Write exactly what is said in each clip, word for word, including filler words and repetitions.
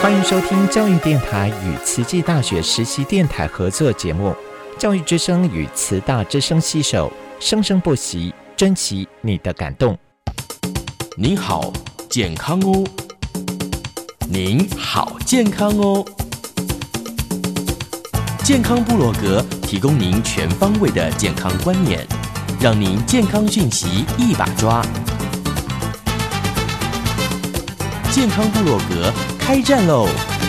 欢迎收听教育电台与慈济大学实习电台合作节目《教育之声》与慈大之声携手，生生不息，珍惜你的感动。 您好，健康哦！您好，健康哦！健康部落格提供您全方位的健康观念，让您健康讯息一把抓。健康部落格开战喽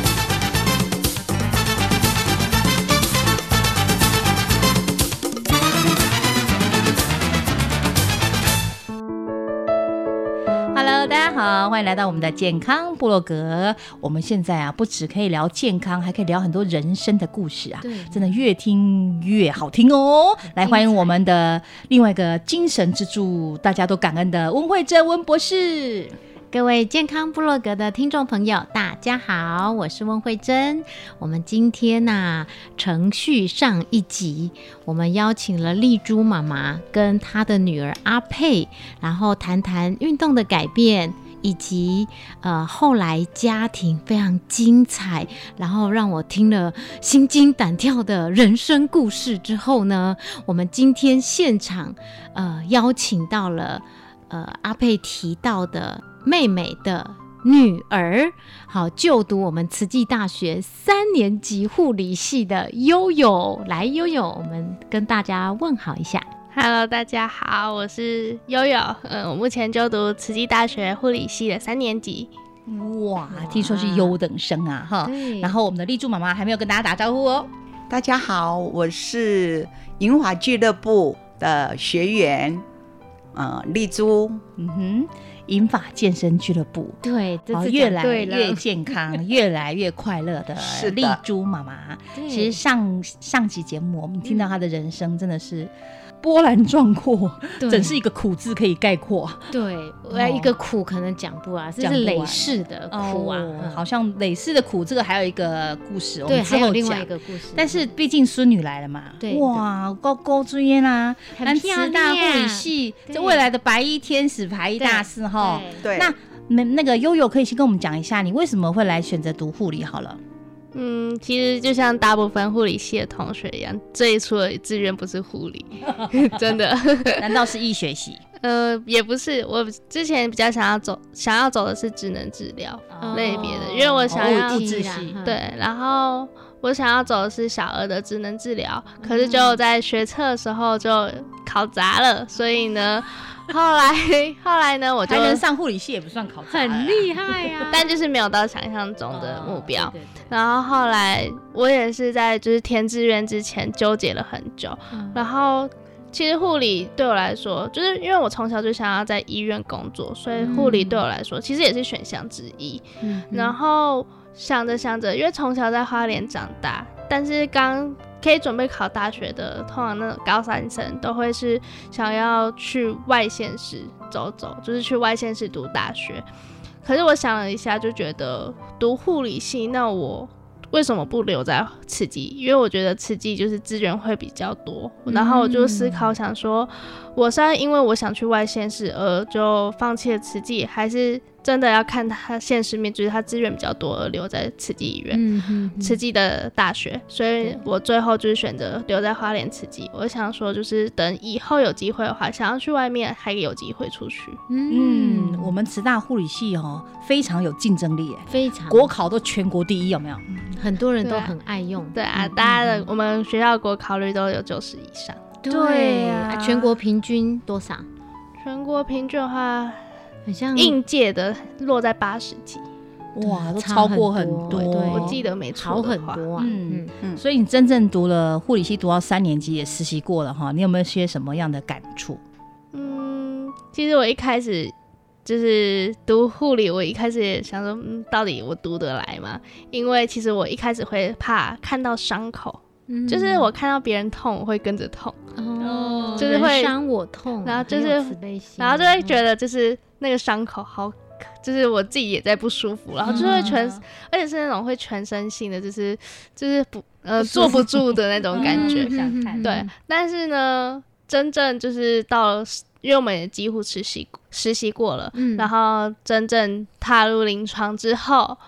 ！Hello， 大家好，欢迎来到我们的健康部落格。我们现在啊，不只可以聊健康，还可以聊很多人生的故事啊，真的越听越好听哦。来，欢迎我们的另外一个精神支柱，大家都感恩的温慧珍温博士。 各位健康部落格的听众朋友大家好，我是温慧珍。我们今天啊承续上一集，我们邀请了丽珠妈妈跟她的女儿阿佩，然后谈谈运动的改变，以及呃后来家庭非常精彩，然后让我听了心惊胆跳的人生故事之后呢，我们今天现场呃邀请到了呃阿佩提到的妹妹的女儿，好，就读我们慈济大学三年级护理系的悠悠。来，悠悠，我们跟大家问好一下。 Hello， 大家好，我是悠悠。嗯，我目前就读慈济大学护理系的三年级。 哇，听说是优等生啊，哈。然后我们的丽珠妈妈还没有跟大家打招呼哦。 大家好，我是银华俱乐部的学员，呃，丽珠。 嗯哼。银发健身俱乐部， 对，这哦、越来越健康，越来越快乐的丽珠妈妈。其实上上集节目我们听到她的人生真的是波澜壮阔，真是一个苦字可以概括。 对，哦、一个苦可能讲不完，这是累世的苦啊、 哦嗯，好像累世的苦，这个还有一个故事， 对， 我们之后还有另外一个故事。 但是毕竟孙女来了嘛， 对， 哇，高高追烟啊， 很漂亮， 慈大护理系这未来的白衣天使、白衣大师哈。 对， 那那个悠悠可以先跟我们讲一下，你为什么会来选择读护理？好了。 嗯，其实就像大部分护理系的同学一样，最初的志愿不是护理，真的。 难道是医学系？ 呃，也不是，我之前比较想要走，想要走的是职能治疗类别的，因为我想要物质系， 对，然后我想要走的是小儿的职能治疗，可是就在学测的时候就考砸了，所以呢。后来，后来呢，我就还能上护理系也不算考砸， 很厉害呀、啊。 但就是没有到想象中的目标。 哦、对对对， 然后后来我也是在就是填志愿之前纠结了很久。嗯、然后其实护理对我来说，就是因为我从小就想要在医院工作，所以护理对我来说、嗯、其实也是选项之一。嗯、然后想着想着，因为从小在花莲长大，但是刚可以准备考大学的，通常那种高三生都会是想要去外县市走走，就是去外县市读大学。可是我想了一下，就觉得读护理系，那我为什么不留在慈济？因为我觉得慈济就是资源会比较多。然后我就思考想说，我是要因为我想去外县市而就放弃了慈济，还是真的要看他现实面，就是他资源比较多而留在慈济医院、嗯、哼哼慈济的大学，所以我最后就是选择留在花莲慈济。我想说就是等以后有机会的话，想要去外面还有机会出去。 嗯，我们慈大护理系哦非常有竞争力， 非常国考都全国第一，有没有？ 很多人都很爱用。 对啊，嗯、大家的、嗯、我们学校国考率都有九十以上。 对啊，全国平均多少？ 全国平均的话。 很像应届的落在八十几， 哇，都超过很多。 对， 我记得没错， 好很多啊。 嗯嗯。所以你真正读了护理系，读到三年级也实习过了哈，你有没有些什么样的感触？ 嗯，其实我一开始就是读护理，我一开始也想说，嗯，到底我读得来吗？因为其实我一开始会怕看到伤口。嗯、就是我看到别人痛，我会跟着痛， 哦， 就是会人伤我痛， 然后就是，然后就会觉得就是那个伤口好，就是我自己也在不舒服，然后就会全，嗯、而且是那种会全身性的，就是就是不呃坐不住的那种感觉， 嗯、 对。但是呢，真正就是到了，因为我们也几乎实习实习过了，嗯、然后真正踏入临床之后。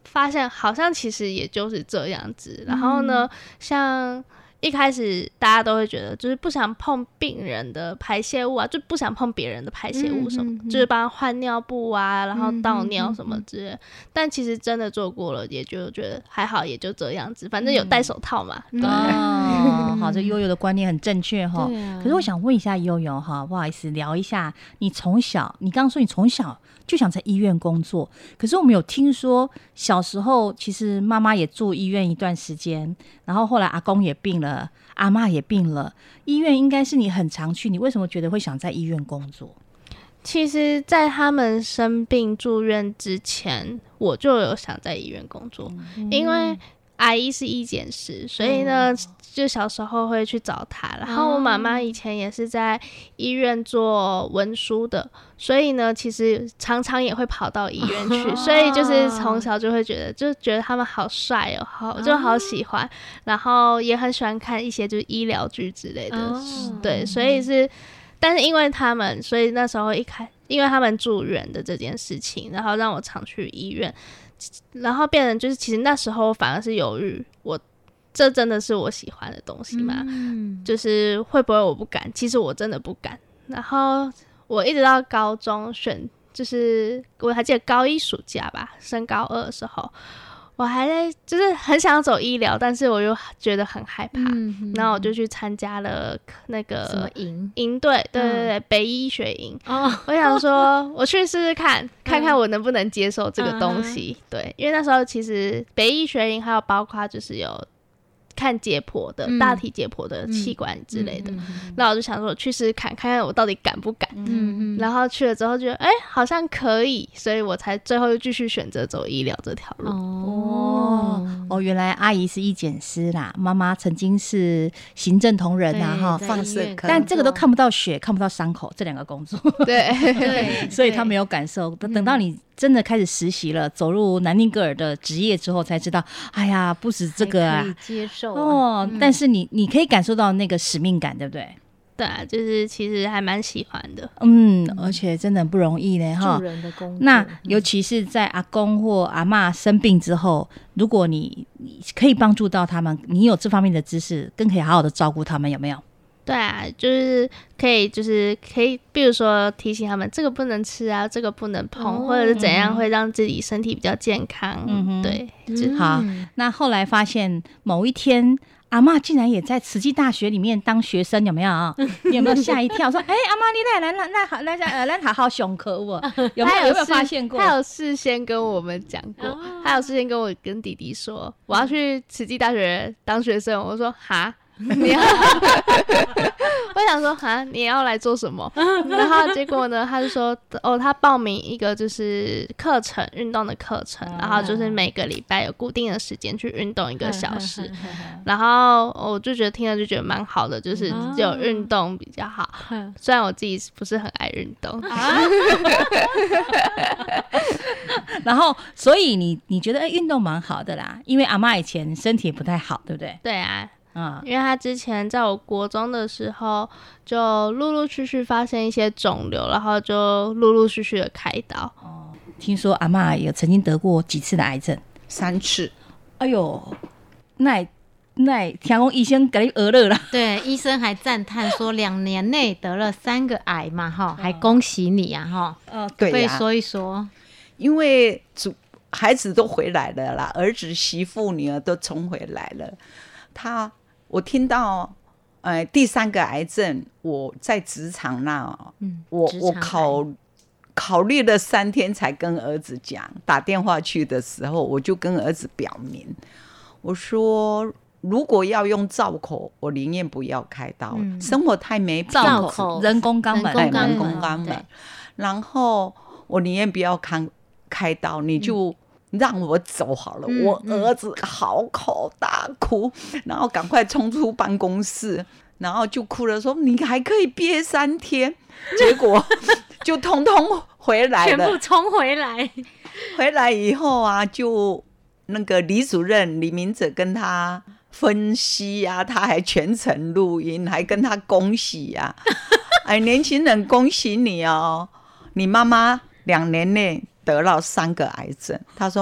发现好像其实也就是这样子。然后呢，嗯、像一开始大家都会觉得就是不想碰病人的排泄物啊，就不想碰别人的排泄物什么，嗯、哼哼就是帮他换尿布啊，然后倒尿什么之类的。嗯、哼哼但其实真的做过了，也就觉得还好，也就这样子，反正有戴手套嘛。 嗯、对哦，好，这悠悠的观念很正确哈。啊、可是我想问一下悠悠哈，不好意思，聊一下你从小，你刚刚说你从小就想在医院工作，可是我们有听说小时候其实妈妈也住医院一段时间，然后后来阿公也病了，阿嬷也病了，医院应该是你很常去，你为什么觉得会想在医院工作？ 其实在他们生病住院之前，我就有想在医院工作，嗯、因为阿姨是医检师，所以呢、嗯、就小时候会去找她，然后我妈妈以前也是在医院做文书的，所以呢其实常常也会跑到医院去，所以就是从小就会觉得就觉得他们好帅哦，好就好喜欢，然后也很喜欢看一些就是医疗剧之类的，对，所以是但是因为他们，所以那时候一开因为他们住院的这件事情，然后让我常去医院，然后变成就是其实那时候反而是犹豫，我这真的是我喜欢的东西吗？嗯、就是会不会我不敢？其实我真的不敢。然后我一直到高中选，就是我还记得高一暑假吧，升高二的时候，我还在就是很想走医疗，但是我又觉得很害怕，嗯、然后我就去参加了那个什么营营队，对对对，嗯、北医学营。哦，我想说我去试试看，嗯、看看我能不能接受这个东西。嗯、对，因为那时候其实北医学营还有包括就是有看解剖的、嗯、大体解剖的器官之类的，那、嗯嗯嗯、我就想说我去试试看，看看我到底敢不敢。嗯嗯，然后去了之后觉得哎、欸、好像可以，所以我才最后又继续选择走医疗这条路。 哦哦，原来阿姨是医检师啦，妈妈曾经是行政同仁啊哈， 放射科， 但这个都看不到血看不到伤口这两个工作， 对对， 所以他没有感受。等到你真的开始实习了，走入南丁格尔的职业之后，才知道，哎呀，不止这个啊， 可以接受、啊、 哦。嗯、但是你你可以感受到那个使命感，对不对？ 对啊，就是其实还蛮喜欢的。 嗯，而且真的很不容易呢，哈。 助人的工作。 那尤其是在阿公或阿嬷生病之后，如果你你可以帮助到他们，你有这方面的知识，更可以好好的照顾他们，有没有？ 对啊，就是可以，就是可以，比如说提醒他们这个不能吃啊，这个不能碰，哦、或者是怎样会让自己身体比较健康。嗯、对， 嗯、好。那后来发现某一天，阿嬷竟然也在慈济大学里面当学生，有没有？你有没有吓一跳？说，哎、欸，阿嬷你来来来来好来来来好好上课我有没有有没有发现过？ 他有事先跟我们讲过，哦、他有事先跟我跟弟弟说，我要去慈济大学当学生。我说哈。你要我想说哈，你要来做什么？然后结果呢，他就说哦，他报名一个就是课程，运动的课程，然后就是每个礼拜有固定的时间去运动一个小时。然后我就觉得听了就觉得蛮好的，就是只有运动比较好。虽然我自己不是很爱运动，啊、 然后所以你你觉得哎，运动蛮好的啦，因为阿嬷以前身体也不太好，对不对？ 对啊。嗯，因为他之前在我国中的时候，就陆陆续续发现一些肿瘤，然后就陆陆续续的开刀。 哦，听说阿嬷有曾经得过几次的癌症？ 三次。 哎呦，那那听说医生给你讹了啦。 对，医生还赞叹说两年内得了三个癌嘛，哈，还恭喜你啊，哈。 呃，对呀、啊。 可以说一说。 因为主孩子都回来了啦，儿子、媳妇、女儿都重回来了，他。我听到，呃，第三个癌症，我在职场那，嗯、我我考考虑了三天才跟儿子讲，打电话去的时候，我就跟儿子表明，我说如果要用造口，我宁愿不要开刀，嗯、生活太没品质， 造口人工肛门， 人工肛门，然后我宁愿不要开开刀，你就。嗯让我走好了，嗯、我儿子嚎啕大哭，嗯、然后赶快冲出办公室，然后就哭了说你还可以憋三天，结果就通通回来了， 全部冲回来。 回来以后啊，就那个李主任李明哲跟他分析啊，他还全程录音，还跟他恭喜啊，哎，年轻人恭喜你哦，你妈妈两年内得了三个癌症，他说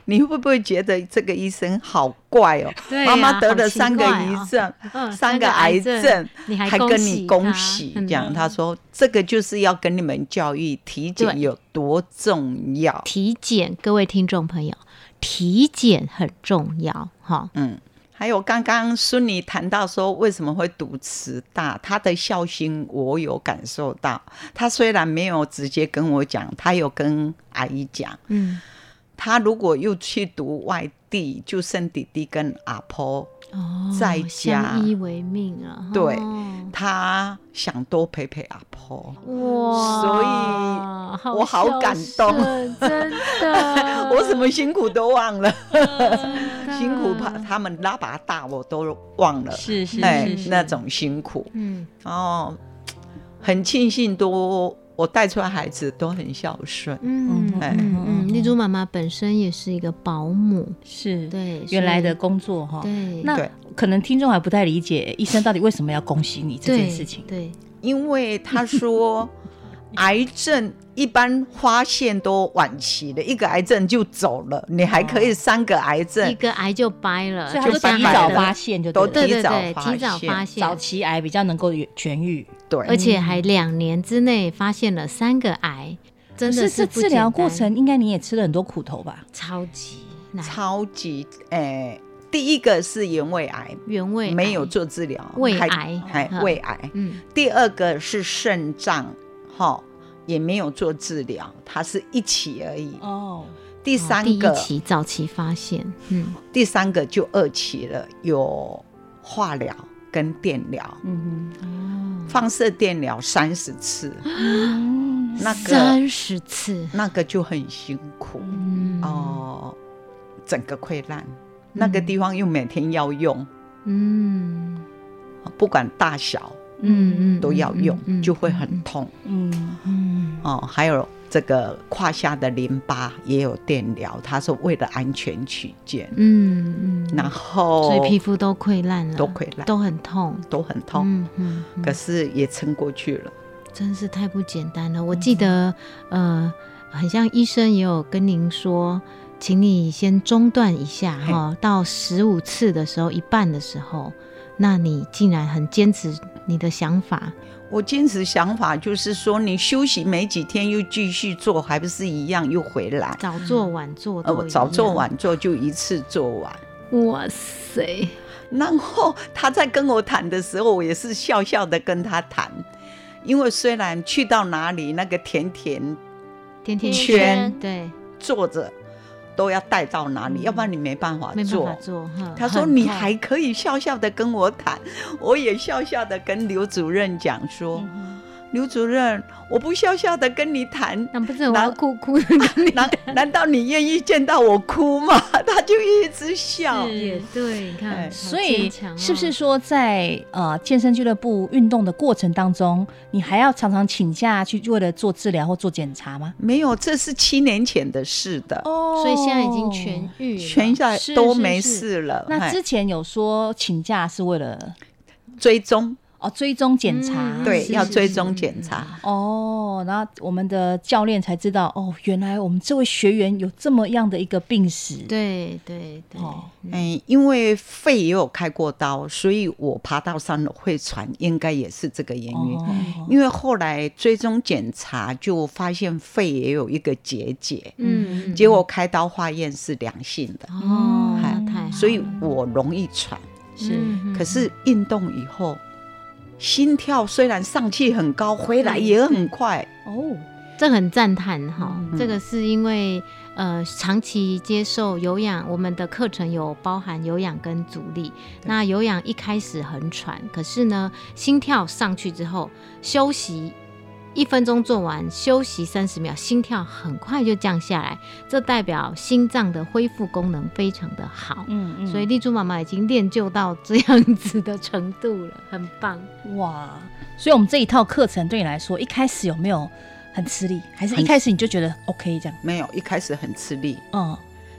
你会不会觉得这个医生好怪哦？ 对啊妈妈得了三个遗症， 嗯三个癌症， 你还还跟你恭喜他喜，这样他说这个就是要跟你们教育体检对有多重要。 体检，各位听众朋友，体检很重要哈。 嗯，还有刚刚孙女谈到说为什么会读慈大，她的孝心我有感受到。她虽然没有直接跟我讲，她有跟阿姨讲， 嗯， 她如果又去读外地，就剩弟弟跟阿婆哦， 在家， 相依为命啊。 对哦她想多陪陪阿婆。 哇， 所以我好感动孝顺真的， 我什么辛苦都忘了， 的辛苦把他们拉拔大我都忘了， 是是哎是是那种辛苦。 嗯， 哦，很庆幸都我带出来孩子都很孝顺。 嗯哎嗯嗯，丽珠妈妈本身也是一个保姆， 是， 对， 原来的所工作哈。 以对， 那对可能听众还不太理解医生到底为什么要恭喜你这件事情。 对， 因为他说癌症一般发现都晚期的，一个癌症就走了，你还可以三个癌一症个癌就掰了， 所以他就说提早拜拜了发现就都对了对对提早对， 发提早现发现， 早期癌比较能够痊愈。 对， 而且还两年之内发现了三个癌，真的可是这不治疗简单过程应该你也吃了很多苦头吧？ 超级难， 超级诶、第一个是原位癌， 原位癌没有做治疗， 胃还癌还嗯胃癌。 嗯第二个是肾脏，哈，也没有做治疗，它是一起而已。 哦， 第哦第一三个， 期早期发现，嗯第三个就二期了，有化疗跟电疗， 嗯哦， 放射电疗三十次， 哼， 那个三十次， 那个就很辛苦嗯哦，整个溃烂，那个地方又每天要用， 嗯不管大小嗯嗯都要用， 嗯嗯就会很痛嗯嗯哦。还有这个胯下的淋巴也有电疗，他说为了安全起见， 嗯嗯， 然后所以皮肤都溃烂了， 都溃烂都很痛， 都很痛， 嗯嗯嗯可是也撑过去了。 真是太不简单了。我记得，呃，很像医生也有跟您说，请你先中断一下哈，到十五次的时候，一半的时候，那你竟然很坚持你的想法， 我坚持想法就是说，你休息没几天又继续做，还不是一样又回来？ 早做晚做都一呃， 样早做，晚做就一次做完。 哇塞， 然后他在跟我谈的时候，我也是笑笑的跟他谈，因为虽然去到哪里那个甜甜甜甜圈对， 坐着都要带到哪里，要不然你没办法没办法做。 做。哈他说：“ 很痛你还可以笑笑的跟我谈。”我也笑笑的跟刘主任讲说：“刘主任，我不笑笑的跟你谈， 那不是我要哭哭的跟你难难道你愿意见到我哭吗？”他就一直笑。 也对，你看， 哎好所以坚强哦是不是说在呃健身俱乐部运动的过程当中，你还要常常请假去为了做治疗或做检查吗？ 没有，这是七年前的事的， 哦所以现在已经痊愈了， 全下来是都没是是事了。嘿那之前有说请假是为了追踪， 哦追踪检查， 嗯对， 是是是要追踪检查。 哦，然后我们的教练才知道，哦，原来我们这位学员有这么样的一个病史。 对对对， 哦嗯，因为肺也有开过刀，所以我爬到三楼会喘，应该也是这个原因。 哦因为后来追踪检查就发现肺也有一个结节， 嗯， 结果开刀化验是良性的， 哦， 嗨那太好所以我容易喘。 是嗯可是运动以后，心跳虽然上去很高，回来也很快。 哦， 这很赞叹哈， 嗯这个是因为呃长期接受有氧，我们的课程有包含有氧跟阻力。那有氧一开始很喘，可是呢心跳上去之后休息一分钟做完，休息三十秒，心跳很快就降下来，这代表心脏的恢复功能非常的好。 嗯嗯所以丽珠妈妈已经练就到这样子的程度了，很棒。 哇，所以我们这一套课程对你来说，一开始有没有很吃力？还是一开始你就觉得 OK 这样？ 没有，一开始很吃力， 嗯，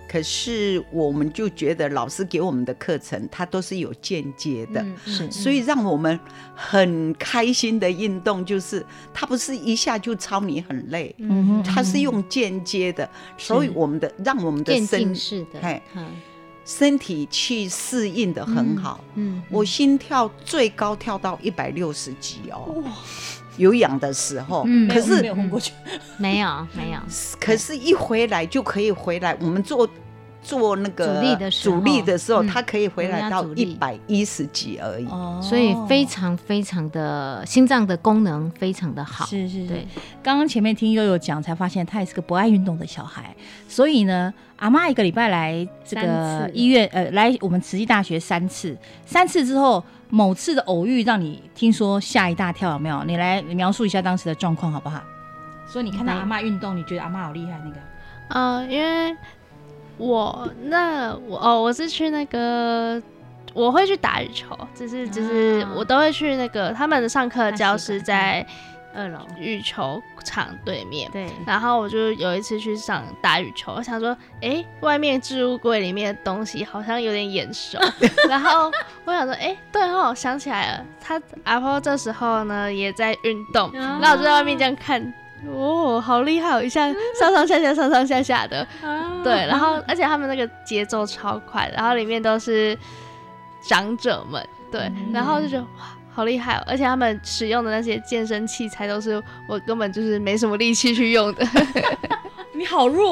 可是我们就觉得老师给我们的课程，它都是有间接的， 嗯是所以让我们很开心的运动，就是它不是一下就操你很累， 嗯哼它是用间接的，所以我们的让我们的渐身进式的， 嘿嗯身体去适应的很好。 嗯， 我心跳最高跳到一百六十几哦，有氧的时候， 嗯可是没有昏过去， 没有没有， 可是一回来就可以回来，我们做做那个阻力的时候阻力的时候， 嗯它可以回来到有压阻力一百一十几而已。 哦所以非常非常的心脏的功能非常的好， 是是是对， 刚刚前面听悠悠讲，才发现他也是个不爱运动的小孩，所以呢，阿妈一个礼拜来这三个次医院，呃，来我们慈济大学三次，三次之后，某次的偶遇让你听说吓一大跳，有没有？你来描述一下当时的状况好不好？所以你看到阿妈运动，你觉得阿妈好厉害那个？ 嗯，因为我那我哦，我是去那个。我会去打羽球，只是就是啊我都会去那个他们的上课教室在二楼， 羽球场对面， 对， 然后我就有一次去上打羽球，我想说，哎，外面置物柜里面的东西好像有点眼熟，然后我想说，哎，对哦，想起来了，他阿婆这时候呢也在运动， 啊然后我就在外面这样看。哦，好厉害！一下上上下下、上上下下的，对，然后而且他们那个节奏超快，然后里面都是长者们，对，然后就觉得哇，好厉害哦！而且他们使用的那些健身器材都是我根本就是没什么力气去用的。 你好弱，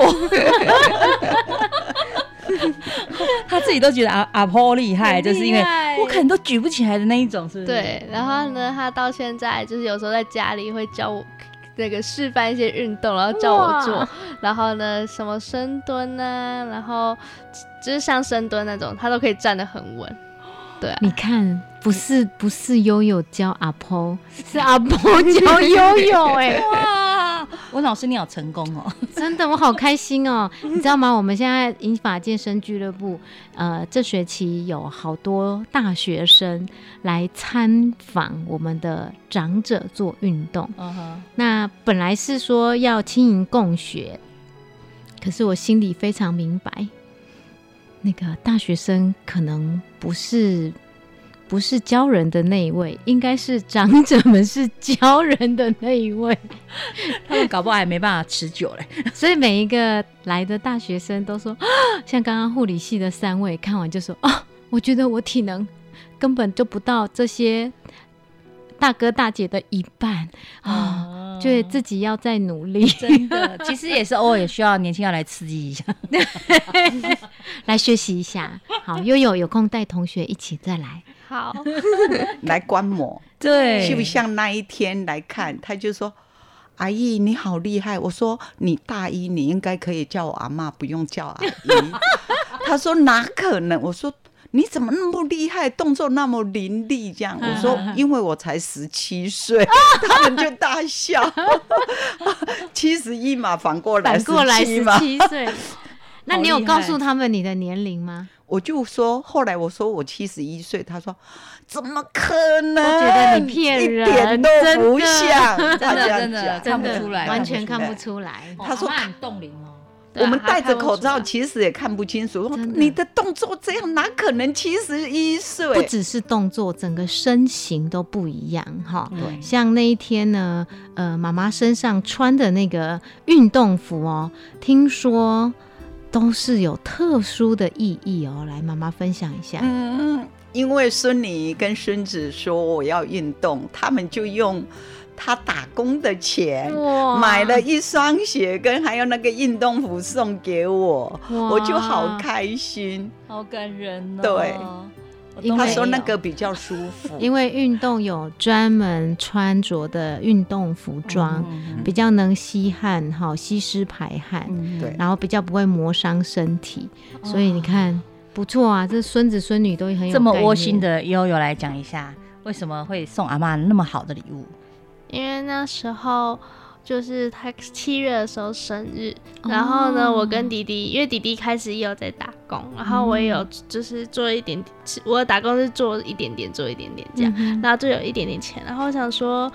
他自己都觉得阿阿婆厉害，就是因为我可能都举不起来的那一种，是不是？ 对，然后呢，他到现在就是有时候在家里会教我那个示范一些运动，然后教我做，然后呢，什么深蹲啊，然后就是像深蹲那种，他都可以站得很稳。对、啊， 你看，不是不是悠悠教阿婆，是阿婆教悠悠，哎， 哇，温老师你好成功哦！ 真的，我好开心哦！你知道吗？我们现在银法健身俱乐部，呃，这学期有好多大学生来参访我们的长者做运动。 Uh-huh. 那本来是说要轻盈共学，可是我心里非常明白，那个大学生可能不是不是教人的那一位，应该是长者们是教人的那一位， 他们搞不好还没办法持久嘞。 所以每一个来的大学生都说，像刚刚护理系的三位看完就说，啊，我觉得我体能根本就不到这些大哥大姐的一半啊，觉得自己要再努力。 真的，其实也是偶尔也需要年轻人来刺激一下， 来学习一下。好，悠悠有空带同学一起再来。 好， 来观摩， 对， 就像那一天来看，他就说：“阿姨你好厉害。”我说：“你大一，你应该可以叫我阿嬷，不用叫阿姨。”他说：“哪可能？”我说：“你怎么那么厉害，动作那么伶俐？”这样我说：“因为我才十七岁。”他们就大笑。七十一嘛，反过来反过来十十七嘛。 七岁。那你有告诉他们你的年龄吗？ 我就说，后来我说我七十一岁，他说怎么可能？ 我觉得你骗人， 一点都不像， 真他这样的真的讲看不出来， 完全看不出来。 哦他说阿嬷很冻龄哦。 我们戴着口罩， 对啊其实也看不清楚。 真的你的动作这样，哪可能七十一岁？ 不只是动作，整个身形都不一样哈。 对像那一天呢，呃，妈妈身上穿的那个运动服哦，听说都是有特殊的意义哦。来，妈妈分享一下。 嗯，因为孙女跟孙子说我要运动，他们就用他打工的钱买了一双鞋，跟还有那个运动服送给我，我就好开心， 好感人哦。 对， 因为他说那个比较舒服， 因为运动有专门穿着的运动服装， 嗯比较能吸汗，好吸湿排汗， 嗯对然后比较不会磨伤身体，所以你看不错啊，这孙子孙女都很有这么概念窝心的悠悠来讲一下，为什么会送阿嬷那么好的礼物？ 因为那时候就是他七月的时候生日，然后呢，我跟弟弟，因为弟弟开始也有在打工，然后我也有就是做一点点，我的打工是做一点点，做一点点这样，然后就有一点点钱，然后我想说，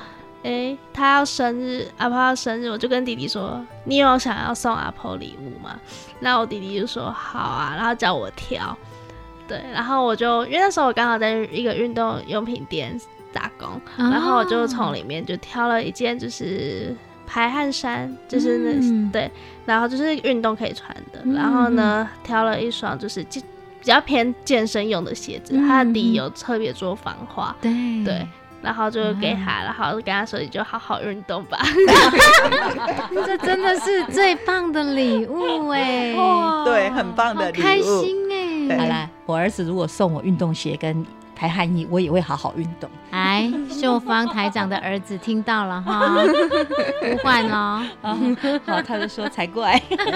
哎、欸，他要生日，阿婆要生日，我就跟弟弟说，你有想要送阿婆礼物吗？那我弟弟就说好啊，然后叫我挑。对，然后我就因为那时候我刚好在一个运动用品店打工，哦、然后我就从里面就挑了一件就是排汗衫，就是那、嗯、对，然后就是运动可以穿的，嗯、然后呢挑了一双就是比较偏健身用的鞋子，嗯、它的底有特别做防滑，对对。然后就给他，然后跟他说你就好好运动吧。 这真的是最棒的礼物哎， 对，很棒的礼物， 好开心哎。 好啦，我儿子如果送我运动鞋跟排汗衣，我也会好好运动。 哎，秀芳台长的儿子听到了哈，呼唤哦。 好，他就说才怪。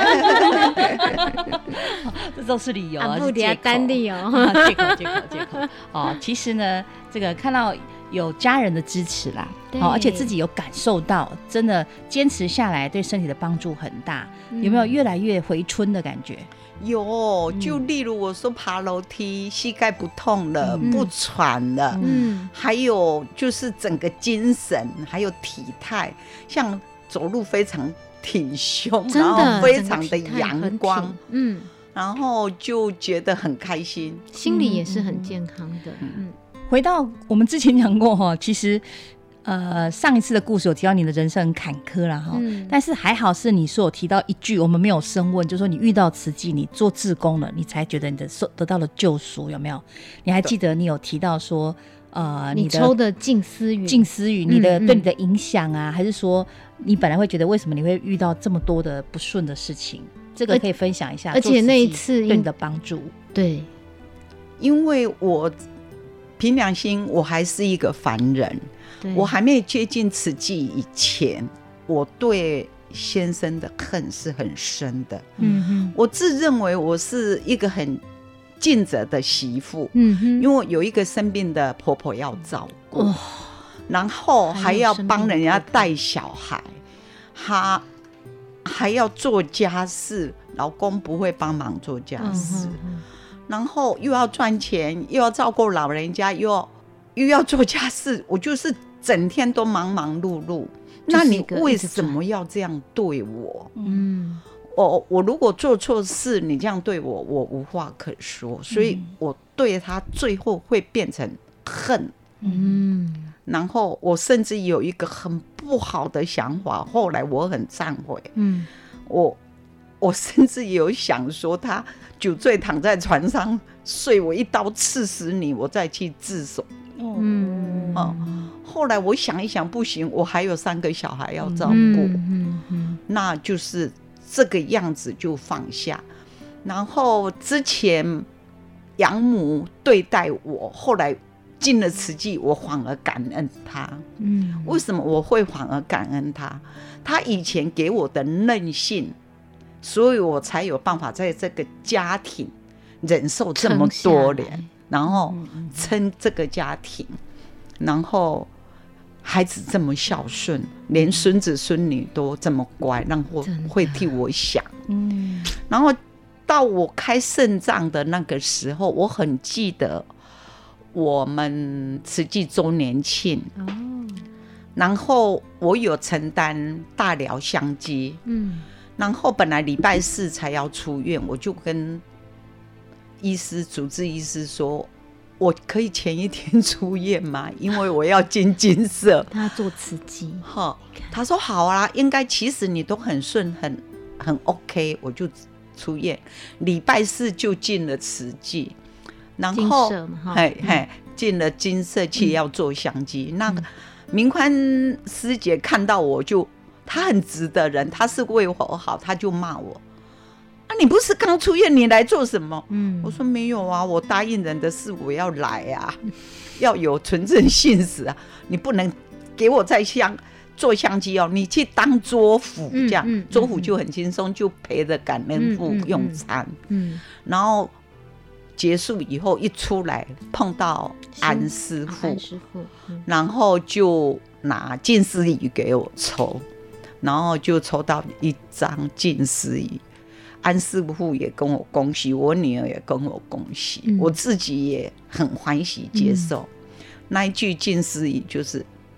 这都是理由啊， 是借口。单理由， 借口，借口，借口。哦，其实呢，这个看到有家人的支持啦，哦，而且自己有感受到，真的坚持下来对身体的帮助很大。嗯、有没有越来越回春的感觉？ 有，就例如我说爬楼梯膝盖不痛了，嗯、不喘了，嗯，还有就是整个精神还有体态，像走路非常挺胸，然后非常的阳光，嗯，然后就觉得很开心， 心里也是很健康的，嗯。嗯回到我们之前讲过哈，其实呃上一次的故事有提到你的人生很坎坷啦哈，嗯、但是还好是你说有提到一句我们没有深问，就是说你遇到慈济，你做志工了，你才觉得你的得到了救赎，有没有？你还记得你有提到说呃你抽的静思语， 静思语，你的、嗯、对你的影响啊，还是说你本来会觉得为什么你会遇到这么多的不顺的事情？这个可以分享一下， 而且那一次对你的帮助， 对， 因为我。凭良心，我还是一个凡人。我还没接近慈济以前，我对先生的恨是很深的。嗯哼，我自认为我是一个很尽责的媳妇。嗯哼，因为我有一个生病的婆婆要照顾，哦、然后还要帮人家带小孩，还还要做家事，老公不会帮忙做家事。嗯哼，然后又要赚钱，又要照顾老人家，又要又要做家事，我就是整天都忙忙碌碌。那你为什么要这样对我？嗯，我我如果做错事，你这样对我，我无话可说，所以我对他最后会变成恨。嗯，然后我甚至有一个很不好的想法，后来我很忏悔。嗯，我。我甚至有想说，他酒醉躺在床上睡，我一刀刺死你，我再去自首。嗯，哦，后来我想一想，不行，我还有三个小孩要照顾，嗯嗯嗯、那就是这个样子就放下。然后之前养母对待我，后来进了慈济，我反而感恩他。嗯，为什么我会反而感恩他？他以前给我的韧性。所以我才有办法在这个家庭忍受这么多年，然后撑这个家庭，然后孩子这么孝顺，连孙子孙女都这么乖，让我会替我想。嗯，然后到我开肾脏的那个时候，我很记得我们慈济周年庆，哦，然后我有承担大寮香鸡，嗯。然后本来礼拜四才要出院，我就跟医师主治医师说，我可以前一天出院吗？因为我要进金色。 他做慈济， 他说好啊，应该其实你都很顺，很很 OK， 我就出院。礼拜四就进了慈济，然后嘿嘿进了金色去要做香鸡。嗯、那个明宽师姐看到我就。他很直的人，他是为我好，他就骂我啊！你不是刚出院，你来做什么？嗯，我说没有啊，我答应人的事，我要来啊，要有纯正信使啊！你不能给我在香做香鸡哦，你去当桌辅这样，嗯嗯、桌辅就很轻松，就陪着感恩父用餐。嗯，嗯嗯然后结束以后一出来碰到安师傅，安师傅，嗯、然后就拿净思仪给我抽。然后就抽到一张净思仪，安师傅也跟我恭喜，我女儿也跟我恭喜，嗯、我自己也很欢喜接受。嗯、那一句净思仪就是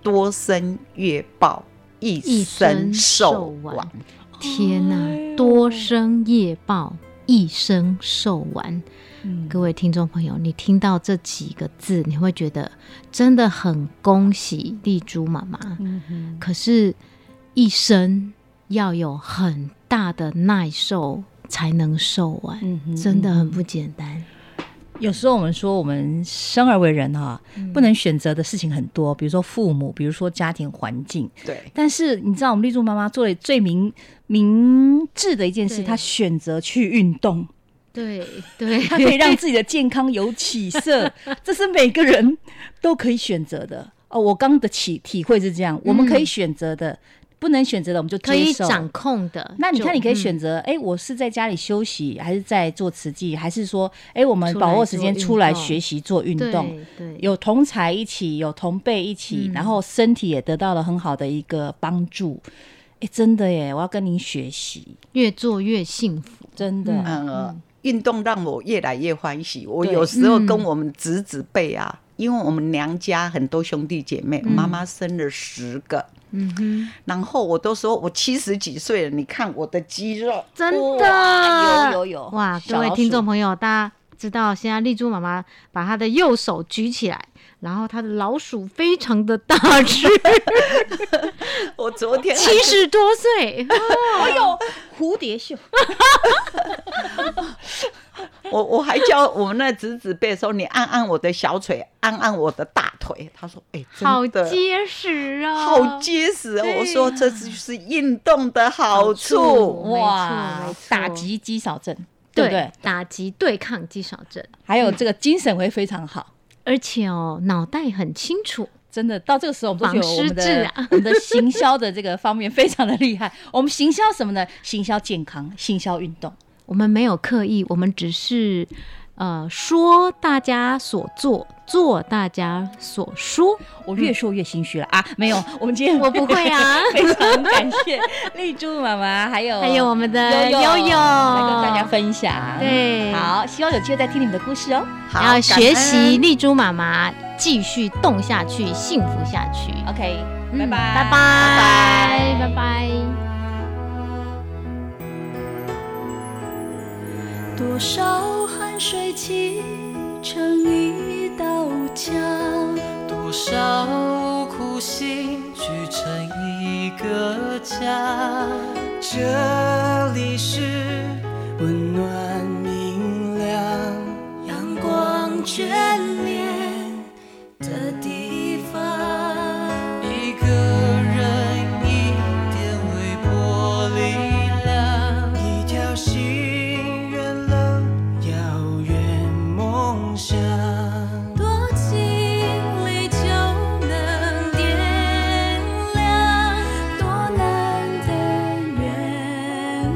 多生业报，一生受完。 天哪，多生业报，一生受完。嗯、各位听众朋友，你听到这几个字，你会觉得真的很恭喜丽珠妈妈。嗯、可是，一生要有很大的耐受才能受完，嗯、真的很不简单。 有时候我们说我们生而为人哈、嗯，不能选择的事情很多，比如说父母，比如说家庭环境。 对。 但是你知道，我们丽珠妈妈做了最明明智的一件事，她选择去运动。 对对， 她可以让自己的健康有起色，这是每个人都可以选择的。哦，我刚的体体会是这样，我们可以选择的。嗯，不能选择的我们就接受， 可以掌控的。 那你看，你可以选择，哎、嗯，我是在家里休息，还是在做慈济，还是说，哎，我们把握时间出来学习做运动？对对，有同才一起，有同辈一起、嗯，然后身体也得到了很好的一个帮助。哎，真的耶，我要跟您学习， 越做越幸福， 真的。 嗯，嗯运动让我越来越欢喜。我有时候跟我们侄子辈啊、嗯，因为我们娘家很多兄弟姐妹，妈妈生了十个。嗯哼，然后我都说我七十几岁了，你看我的肌肉， 真的有有有哇！各位听众朋友，大家知道现在丽珠妈妈把她的右手举起来，然后她的老鼠非常的大只。 我昨天七十多岁， 我有蝴蝶袖。 我我还教我们那侄子辈说，你按按我的小腿，按按我的大腿。他说：“哎、欸， 好结实啊， 好结实啊！”我说：“这就是运动的好处。” 哇，打击肌少症，对不对？ 打击对抗肌少症， 还有这个精神会非常好， 而且哦，脑袋很清楚。 真的，到这个时候我们都觉得我们的、啊、我们的行销的这个方面非常的厉害。我们行销什么呢？行销健康，行销运动。 我们没有刻意，我们只是呃说大家所做，做大家所说。 我越说越心虚了、嗯、啊！没有，我们今天我不会啊， 非常感谢丽珠妈妈，还有还有我们的悠悠来跟大家分享。 对， 好，希望有机会再听你们的故事哦。 好，要学习丽珠妈妈，继续动下去，幸福下去。 OK， 嗯、 拜拜， 拜拜，拜拜。 多少汗水砌成一道墙， 多少苦心聚成一个家。这里是温暖明亮、 阳光眷恋的地方。 一个人，一点微薄力量，一条心。 多经历就能点亮多难的愿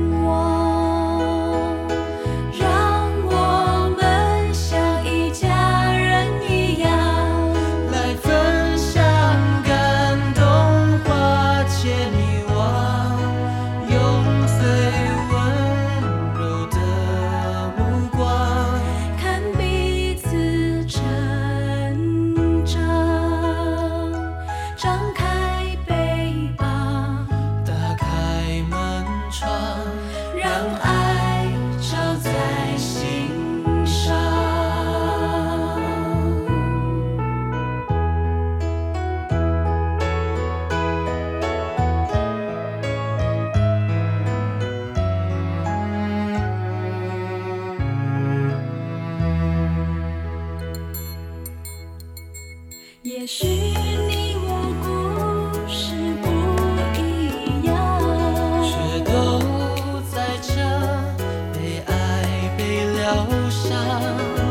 望，让我们像一家人一样来分享感动，化解迷惘，用最温柔的目光看彼此成长，张开背膀， 打开门窗， 让爱照在心上。也许你我故事不一样， 却都在这被爱被疗伤。